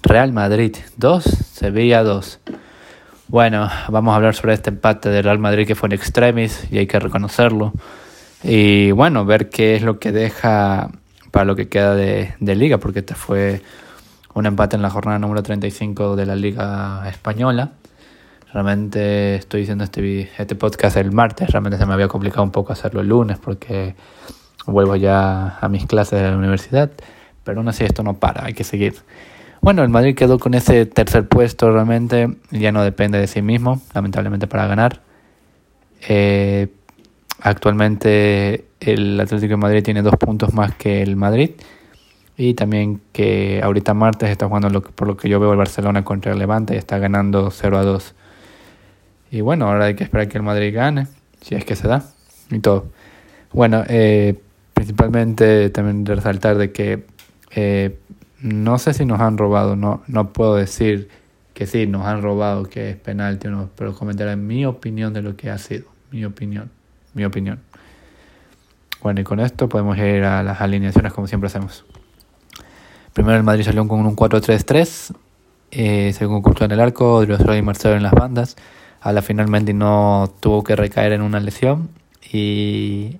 Real Madrid 2, Sevilla 2. Bueno, vamos a hablar sobre este empate de Real Madrid que fue en extremis y hay que reconocerlo. Y bueno, ver qué es lo que deja para lo que queda de Liga, porque este fue un empate en la jornada número 35 de la Liga Española. Realmente estoy diciendo este podcast el martes, realmente se me había complicado un poco hacerlo el lunes porque vuelvo ya a mis clases de la universidad, pero aún así esto no para, hay que seguir. Bueno, el Madrid quedó con ese tercer puesto, realmente ya no depende de sí mismo, lamentablemente, para ganar. Actualmente el Atlético de Madrid tiene 2 puntos más que el Madrid, y también que ahorita martes está jugando, por lo que yo veo, el Barcelona contra el Levante y está ganando 0-2. Y bueno, ahora hay que esperar que el Madrid gane, si es que se da, y todo. Bueno, principalmente también resaltar de que no sé si nos han robado, no puedo decir que sí, nos han robado, que es penalti o no, pero comentaré mi opinión de lo que ha sido, mi opinión. Bueno, y con esto podemos ir a las alineaciones como siempre hacemos. Primero el Madrid salió con un 4-3-3, según Courtois en el arco, Odriozola y Marcelo en las bandas. A la final Mendy no tuvo que recaer en una lesión y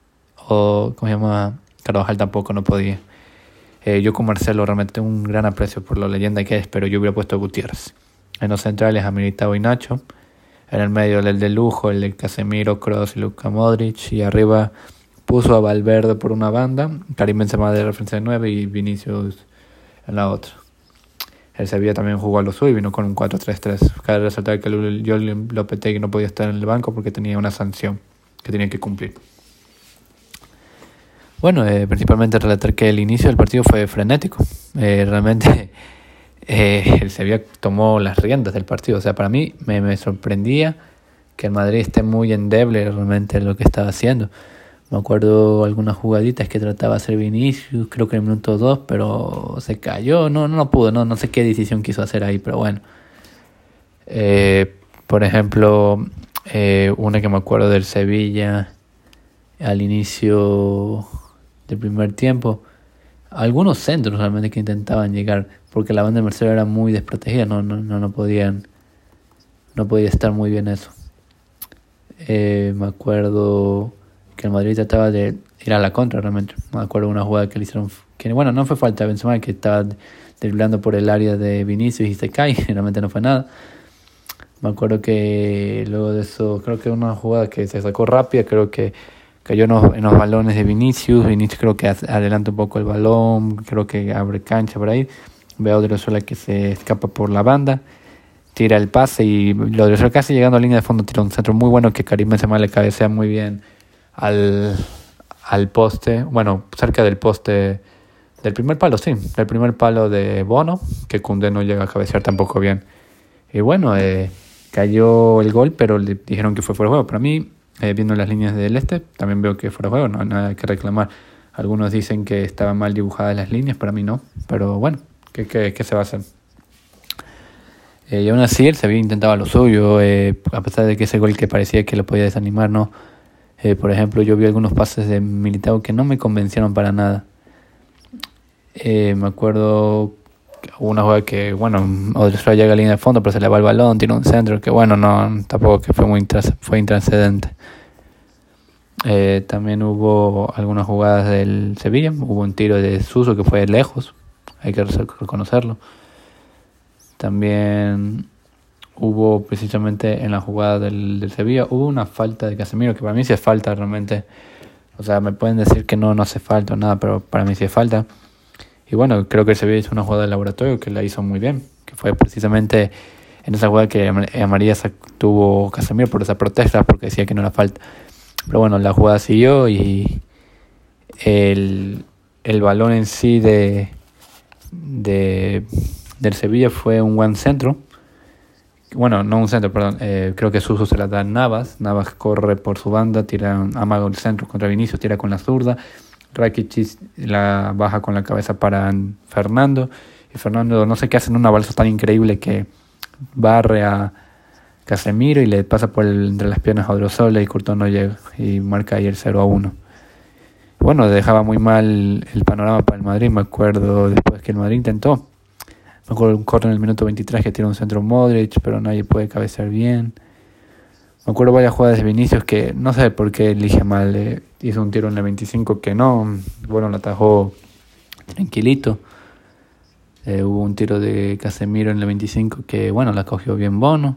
Carvajal tampoco no podía. Yo con Marcelo realmente tengo un gran aprecio por la leyenda que es, pero yo hubiera puesto a Gutiérrez. En los centrales a Militao y Nacho. En el medio el de lujo, el de Casemiro, Kroos y Luka Modric. Y arriba puso a Valverde por una banda, Karim Benzema de referencia de 9 y Vinicius en la otra. El Sevilla también jugó a lo suyo y vino con un 4-3-3. Cabe resaltar que Julen Lopetegui no podía estar en el banco porque tenía una sanción que tenía que cumplir. Bueno, principalmente relatar que el inicio del partido fue frenético. Realmente el Sevilla tomó las riendas del partido. O sea, para mí me sorprendía que el Madrid esté muy endeble realmente en lo que estaba haciendo. Me acuerdo algunas jugaditas que trataba de hacer Vinicius, creo que en el minuto 2, pero se cayó, no pudo, no sé qué decisión quiso hacer ahí, pero bueno. Por ejemplo, una que me acuerdo del Sevilla al inicio del primer tiempo, algunos centros realmente que intentaban llegar, porque la banda de Marcelo era muy desprotegida, no podía estar muy bien eso. Me acuerdo que el Madrid trataba de ir a la contra realmente. Me acuerdo de una jugada que le hicieron, que bueno, no fue falta de Benzema, que estaba driblando por el área de Vinicius y se cae, realmente no fue nada. Me acuerdo que luego de eso, creo que una jugada que se sacó rápida, creo que cayó en los balones de Vinicius creo que adelanta un poco el balón, creo que abre cancha por ahí, veo a Odriozola que se escapa por la banda, tira el pase y Odriozola casi llegando a línea de fondo tira un centro muy bueno que Karim Benzema le cabecea muy bien al poste, bueno, cerca del poste del primer palo, sí, del primer palo de Bono, que Koundé no llega a cabecear tampoco bien. Y bueno, cayó el gol, pero le dijeron que fue fuera de juego. Para mí, viendo las líneas del también veo que fuera de juego, no hay nada que reclamar. Algunos dicen que estaban mal dibujadas las líneas, para mí no, pero bueno, ¿qué se va a hacer? Y aún así el Sevilla intentaba lo suyo, a pesar de que ese gol que parecía que lo podía desanimar, no. Por ejemplo, yo vi algunos pases de Militao que no me convencieron para nada. Me acuerdo una jugada que, bueno, Odriozola llega a línea de fondo, pero se le va el balón, tiene un centro que, bueno, tampoco que fue intranscendente. También hubo algunas jugadas del Sevilla, hubo un tiro de Suso que fue lejos, hay que reconocerlo. También hubo precisamente en la jugada del Sevilla, hubo una falta de Casemiro, que para mí sí es falta realmente. O sea, me pueden decir que no hace falta o nada, pero para mí sí es falta. Y bueno, creo que el Sevilla hizo una jugada de laboratorio que la hizo muy bien, que fue precisamente en esa jugada que amarilla tuvo Casemiro por esa protesta, porque decía que no era falta. Pero bueno, la jugada siguió y el balón en sí del Sevilla fue un buen centro. Bueno, no un centro, perdón. Creo que Suso se la da a Navas. Navas corre por su banda, tira amago el centro contra Vinicius, tira con la zurda. Rakitic la baja con la cabeza para Fernando. Y Fernando no sé qué hace en una balsa tan increíble que barre a Casemiro y le pasa por entre las piernas a Odriozola y Courtois no llega. Y marca ahí el 0-1. Bueno, dejaba muy mal el panorama para el Madrid. Me acuerdo después que el Madrid intentó Me acuerdo de un córner en el minuto 23 que tira un centro Modric, pero nadie puede cabecear bien. Me acuerdo varias jugadas de Vinicius que no sé por qué elige mal. Hizo un tiro en el 25 que no, bueno, lo atajó tranquilito. Hubo un tiro de Casemiro en el 25 que, bueno, la cogió bien Bono.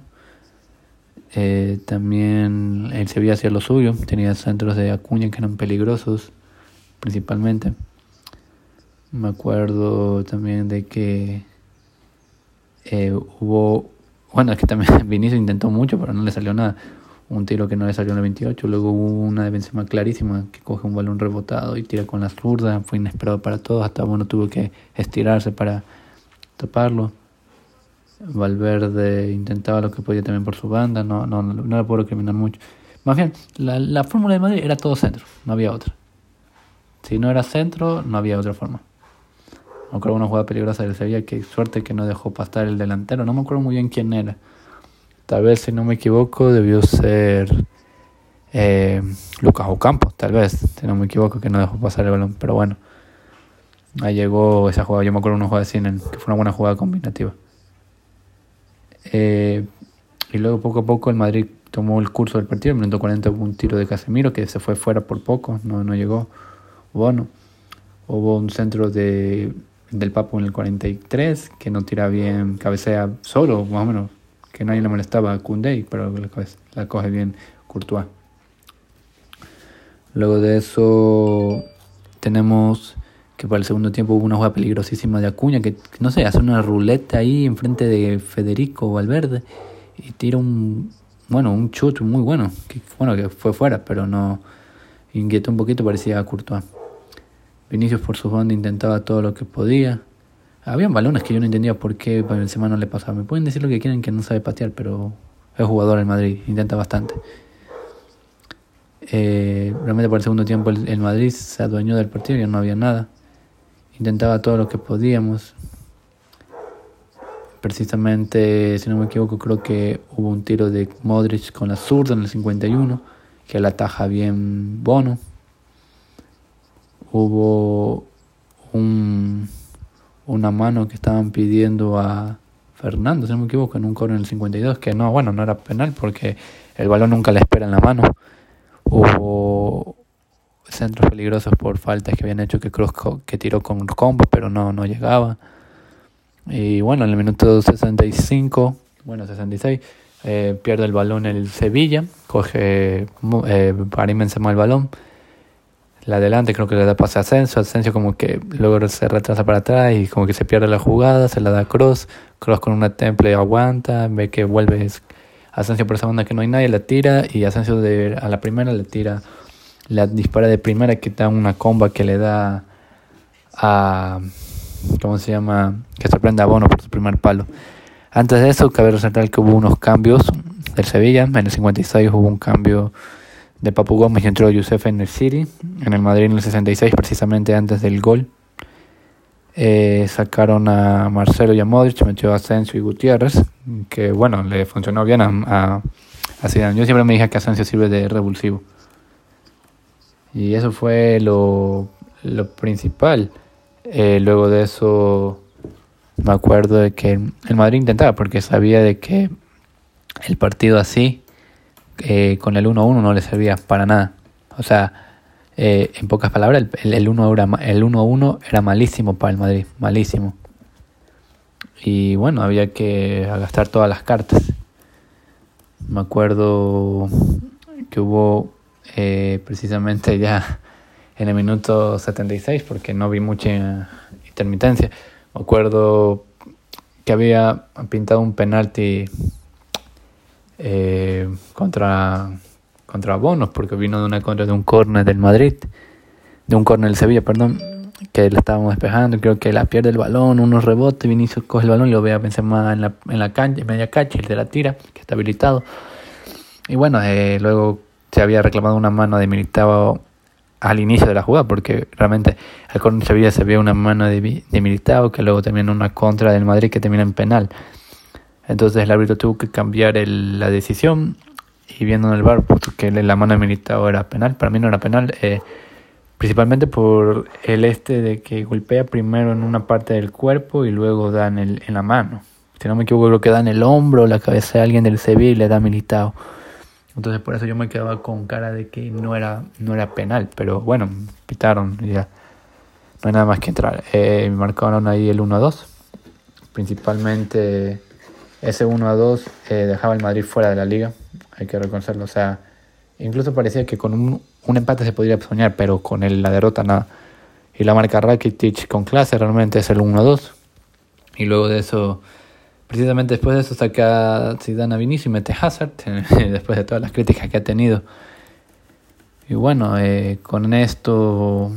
También el Sevilla hacía lo suyo, tenía centros de Acuña que eran peligrosos, principalmente. Me acuerdo también de que bueno, es que también Vinicius intentó mucho, pero no le salió nada. Un tiro que no le salió en el 28, luego hubo una de Benzema clarísima, que coge un balón rebotado y tira con la zurda, fue inesperado para todos, hasta bueno tuvo que estirarse para taparlo. Valverde intentaba lo que podía también por su banda, no le puedo recriminar mucho. Más bien, la fórmula de Madrid era todo centro, no había otra. Si no era centro, no había otra forma. Me acuerdo de una jugada peligrosa del Sevilla, que suerte que no dejó pasar el delantero, no me acuerdo muy bien quién era. Tal vez, si no me equivoco, debió ser Lucas Ocampos, tal vez, si no me equivoco, que no dejó pasar el balón. Pero bueno, ahí llegó esa jugada. Yo me acuerdo de una jugada así, que fue una buena jugada combinativa. Y luego poco a poco el Madrid tomó el curso del partido. En el minuto 40 hubo un tiro de Casemiro que se fue fuera por poco, no llegó. Bueno, hubo un centro del Papu en el 43 que no tira bien, cabecea solo, más o menos, que nadie le molestaba a Koundé, pero la coge bien Courtois. Luego de eso tenemos que para el segundo tiempo hubo una jugada peligrosísima de Acuña que no sé, hace una ruleta ahí enfrente de Federico Valverde y tira un chute muy bueno, que fue fuera, pero no inquietó un poquito, parecía a Courtois. Vinicius por su banda intentaba todo lo que podía. Habían balones que yo no entendía por qué Benzema no le pasaba. Me pueden decir lo que quieran, que no sabe patear, pero es jugador en Madrid, intenta bastante. Realmente por el segundo tiempo el Madrid se adueñó del partido, ya no había nada. Intentaba todo lo que podíamos. Precisamente, si no me equivoco, creo que hubo un tiro de Modric con la zurda en el 51, que la ataja bien Bono. Hubo una mano que estaban pidiendo a Fernando, si no me equivoco, en un córner en el 52, que no era penal porque el balón nunca le espera en la mano. Hubo centros peligrosos por faltas que habían hecho que Kroos que tiró con combo, pero no llegaba. Y bueno, en el minuto 66, pierde el balón el Sevilla, coge Karim Benzema el balón. La adelante creo que le da pase a Asensio como que luego se retrasa para atrás y como que se pierde la jugada, se la da a Kroos con una temple aguanta, ve que vuelve Asensio por esa banda que no hay nadie, la tira y Asensio a la primera le tira, la dispara de primera que da una comba que le da a, que sorprende a Bono por su primer palo. Antes de eso cabe resaltar que hubo unos cambios del Sevilla, en el 56 hubo un cambio de Papu Gómez y entró Youssef en el City. En el Madrid en el 66, precisamente antes del gol, sacaron a Marcelo y a Modric, metió a Asensio y Gutiérrez, que bueno, le funcionó bien a Zidane. Yo siempre me dije que Asensio sirve de revulsivo. Y eso fue lo principal. Luego de eso me acuerdo de que el Madrid intentaba, porque sabía de que el partido así con el 1-1 no le servía para nada. O sea, en pocas palabras, el 1-1 era malísimo para el Madrid, malísimo. Y bueno, había que gastar todas las cartas. Me acuerdo que hubo precisamente ya en el minuto 76, porque no vi mucha intermitencia. Me acuerdo que había pintado un penalti contra Bonos, porque vino de una contra de un córner del Madrid, de un córner del Sevilla, que la estábamos despejando, creo que la pierde el balón, unos rebotes, Vinicius coge el balón y lo ve a Benzema en la cancha, en media cancha, y de la tira, que está habilitado. Y bueno, luego se había reclamado una mano de Militao al inicio de la jugada, porque realmente al córner del Sevilla se vio una mano de Militao, que luego termina en una contra del Madrid que termina en penal. Entonces el árbitro tuvo que cambiar la decisión, y viendo en el VAR, porque la mano de Militao era penal, para mí no era penal, principalmente por el de que golpea primero en una parte del cuerpo y luego da en la mano. Si no me equivoco, creo que da en el hombro, la cabeza de alguien del Sevilla y le da Militao. Entonces por eso yo me quedaba con cara de que no era penal, pero bueno, pitaron y ya. No hay nada más que entrar. Marcaron ahí el 1-2. Principalmente ese 1-2 dejaba al Madrid fuera de la liga, hay que reconocerlo. O sea, incluso parecía que con un empate se podría soñar, pero con la derrota nada. Y la marca Rakitic con clase realmente es el 1-2. Y luego de eso, precisamente después de eso, saca Zidane a Vinicius y mete Hazard, después de todas las críticas que ha tenido. Y bueno, con esto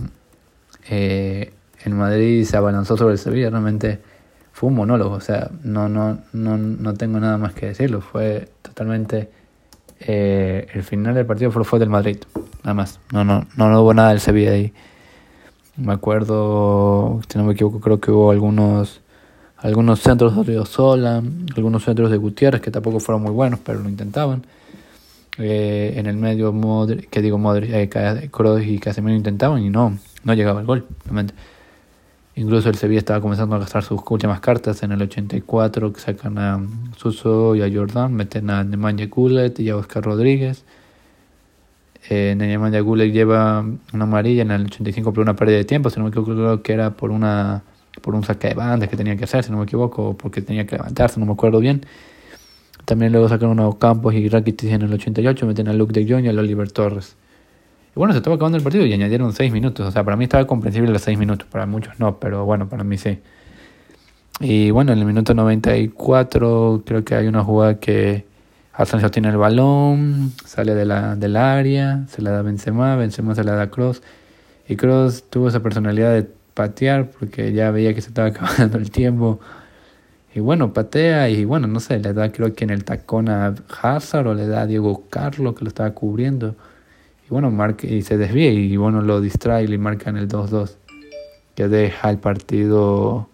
el Madrid se abalanzó sobre el Sevilla. Realmente fue un monólogo, o sea, no tengo nada más que decirlo. Fue totalmente el final del partido fue del Madrid, nada más. No hubo nada del Sevilla ahí. Me acuerdo, si no me equivoco, creo que hubo algunos centros de Odriozola, algunos centros de Gutiérrez que tampoco fueron muy buenos, pero lo intentaban. En el medio Kroos y Casemiro intentaban y no llegaba el gol, realmente. Incluso el Sevilla estaba comenzando a gastar sus últimas cartas. En el 84 que sacan a Suso y a Jordan, meten a Nemanja Gullit y a Oscar Rodríguez. Nemanja Gullit lleva una amarilla en el 85 por una pérdida de tiempo, si no me equivoco, creo que era por un saque de bandas que tenía que hacer, si no me equivoco, o porque tenía que levantarse, no me acuerdo bien. También luego sacaron a Campos y Rakitic en el 88, meten a Luke de Jong y a Oliver Torres. Y bueno, se estaba acabando el partido y añadieron 6 minutos. O sea, para mí estaba comprensible los 6 minutos. Para muchos no, pero bueno, para mí sí. Y bueno, en el minuto 94 creo que hay una jugada que Asensio tiene el balón, sale del área, se la da a Benzema se la da a Kroos. Y Kroos tuvo esa personalidad de patear porque ya veía que se estaba acabando el tiempo. Y bueno, patea y bueno, no sé, le da creo que en el tacón a Hazard o le da a Diego Carlos que lo estaba cubriendo. Y bueno, y se desvía y bueno, lo distrae y le marcan el 2-2, que deja el partido,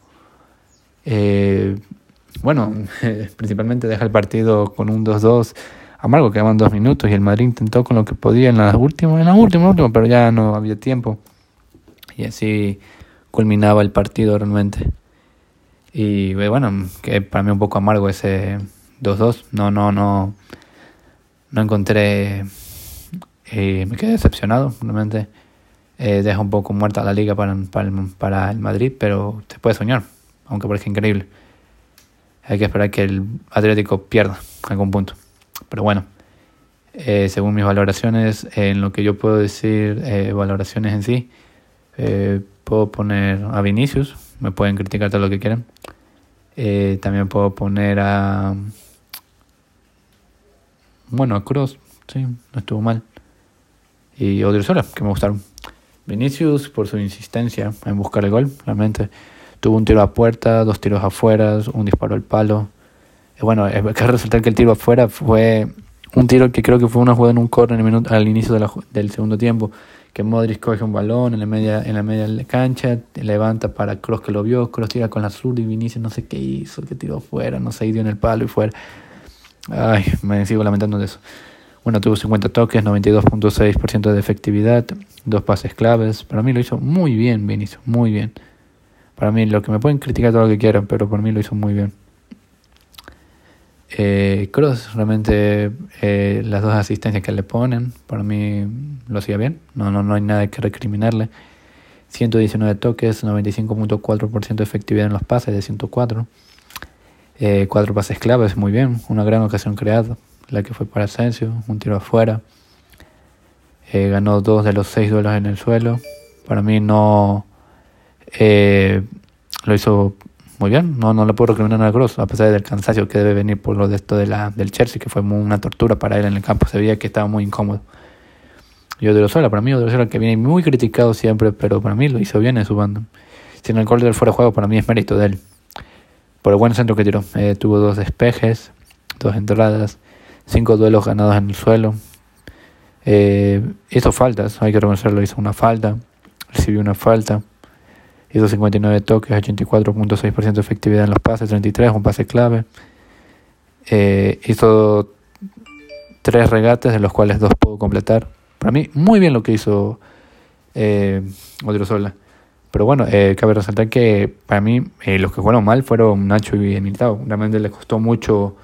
principalmente deja el partido con un 2-2 amargo, que quedaban 2 minutos y el Madrid intentó con lo que podía en la última, pero ya no había tiempo y así culminaba el partido realmente. Y bueno, que para mí un poco amargo ese 2-2, no encontré... me quedé decepcionado, realmente. Deja un poco muerta la liga para el Madrid, pero se puede soñar, aunque parezca increíble. Hay que esperar que el Atlético pierda algún punto. Pero bueno, según mis valoraciones, en lo que yo puedo decir, valoraciones en sí, puedo poner a Vinicius, me pueden criticar todo lo que quieran. También puedo poner a Kroos, sí, no estuvo mal. Y Odriozola, que me gustaron. Vinicius por su insistencia en buscar el gol, realmente. Tuvo un tiro a puerta, 2 tiros afuera, un disparo al palo. Bueno, hay que resaltar que el tiro afuera fue un tiro que creo que fue una jugada en un córner al inicio del segundo tiempo, que Modric coge un balón en la media de la cancha, levanta para Kroos, que lo vio, Kroos tira con la zurda y Vinicius no sé qué hizo, que tiró afuera, no sé, dio en el palo y fuera. Ay, me sigo lamentando de eso. Bueno, tuvo 50 toques, 92.6% de efectividad, 2 pases claves. Para mí lo hizo muy bien Vinicius, muy bien. Para mí, lo que me pueden criticar todo lo que quieran, pero por mí lo hizo muy bien. Kroos, realmente las 2 asistencias que le ponen, para mí lo hacía bien. No hay nada que recriminarle. 119 toques, 95.4% de efectividad en los pases de 104. 4 pases claves, muy bien. Una gran ocasión creada, la que fue para Asensio, un tiro afuera. Ganó 2 de los 6 duelos en el suelo. Para mí lo hizo muy bien. No le puedo recriminar a Kroos, a pesar del cansancio que debe venir por lo de esto del Chelsea, que fue una tortura para él en el campo. Se veía que estaba muy incómodo. Y Odriozola, para mí Odriozola, que viene muy criticado siempre, pero para mí lo hizo bien en su banda. Sin el gol del fuera de juego, para mí es mérito de él, por el buen centro que tiró. Tuvo 2 despejes, 2 entradas, 5 duelos ganados en el suelo. Hizo faltas, hay que reconocerlo, hizo una falta, recibió una falta. Hizo 59 toques, 84.6% de efectividad en los pases, 33, un pase clave. Hizo 3 regates, de los cuales 2 pudo completar. Para mí, muy bien lo que hizo Odriozola. Pero bueno, cabe resaltar que para mí los que jugaron mal fueron Nacho y Militao. Realmente les costó mucho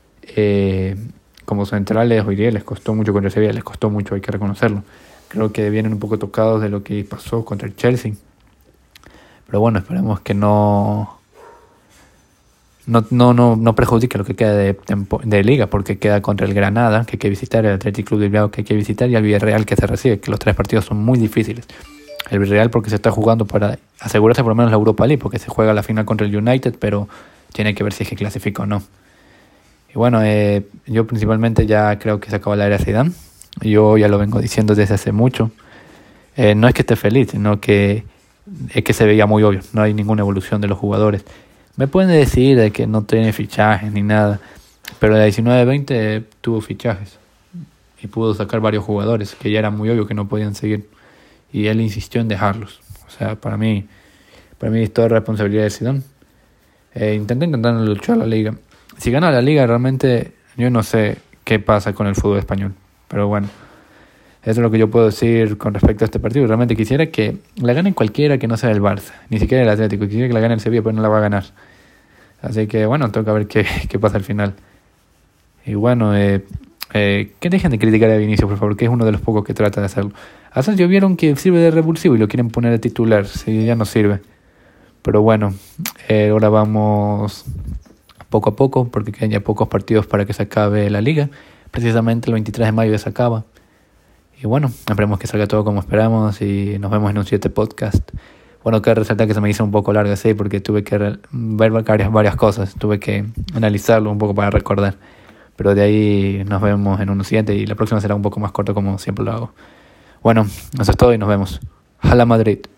como centrales hoy día, les costó mucho contra Sevilla, les costó mucho, hay que reconocerlo. Creo que vienen un poco tocados de lo que pasó contra el Chelsea. Pero bueno, esperemos que no perjudique lo que queda de liga, porque queda contra el Granada, que hay que visitar, el Athletic Club de Bilbao, que hay que visitar, y el Villarreal, que se recibe, que los 3 partidos son muy difíciles. El Villarreal porque se está jugando para asegurarse por lo menos la Europa League, porque se juega la final contra el United, pero tiene que ver si es que clasifica o no. Y bueno, yo principalmente ya creo que se acabó la era Zidane. Yo ya lo vengo diciendo desde hace mucho. No es que esté feliz, sino que es que se veía muy obvio. No hay ninguna evolución de los jugadores. Me pueden decir de que no tiene fichajes ni nada, pero de 19-20 tuvo fichajes y pudo sacar varios jugadores que ya era muy obvio que no podían seguir. Y él insistió en dejarlos. O sea, para mí es toda responsabilidad de Zidane. Intentando luchar la liga. Si gana la liga, realmente yo no sé qué pasa con el fútbol español. Pero bueno, eso es lo que yo puedo decir con respecto a este partido. Realmente quisiera que la gane cualquiera que no sea el Barça, ni siquiera el Atlético. Quisiera que la gane el Sevilla, pero no la va a ganar. Así que bueno, toca ver qué pasa al final. Y bueno, que dejen de criticar a Vinicius, por favor, que es uno de los pocos que trata de hacerlo. Asensio vieron que sirve de revulsivo y lo quieren poner de titular, si ya no sirve. Pero bueno, ahora vamos poco a poco, porque quedan ya pocos partidos para que se acabe la liga. Precisamente el 23 de mayo ya se acaba. Y bueno, esperemos que salga todo como esperamos y nos vemos en un siguiente podcast. Bueno, quiero resaltar que se me hizo un poco largo, sí, porque tuve que ver varias cosas, tuve que analizarlo un poco para recordar. Pero de ahí nos vemos en un siguiente y la próxima será un poco más corto como siempre lo hago. Bueno, eso es todo y nos vemos. ¡Hala Madrid!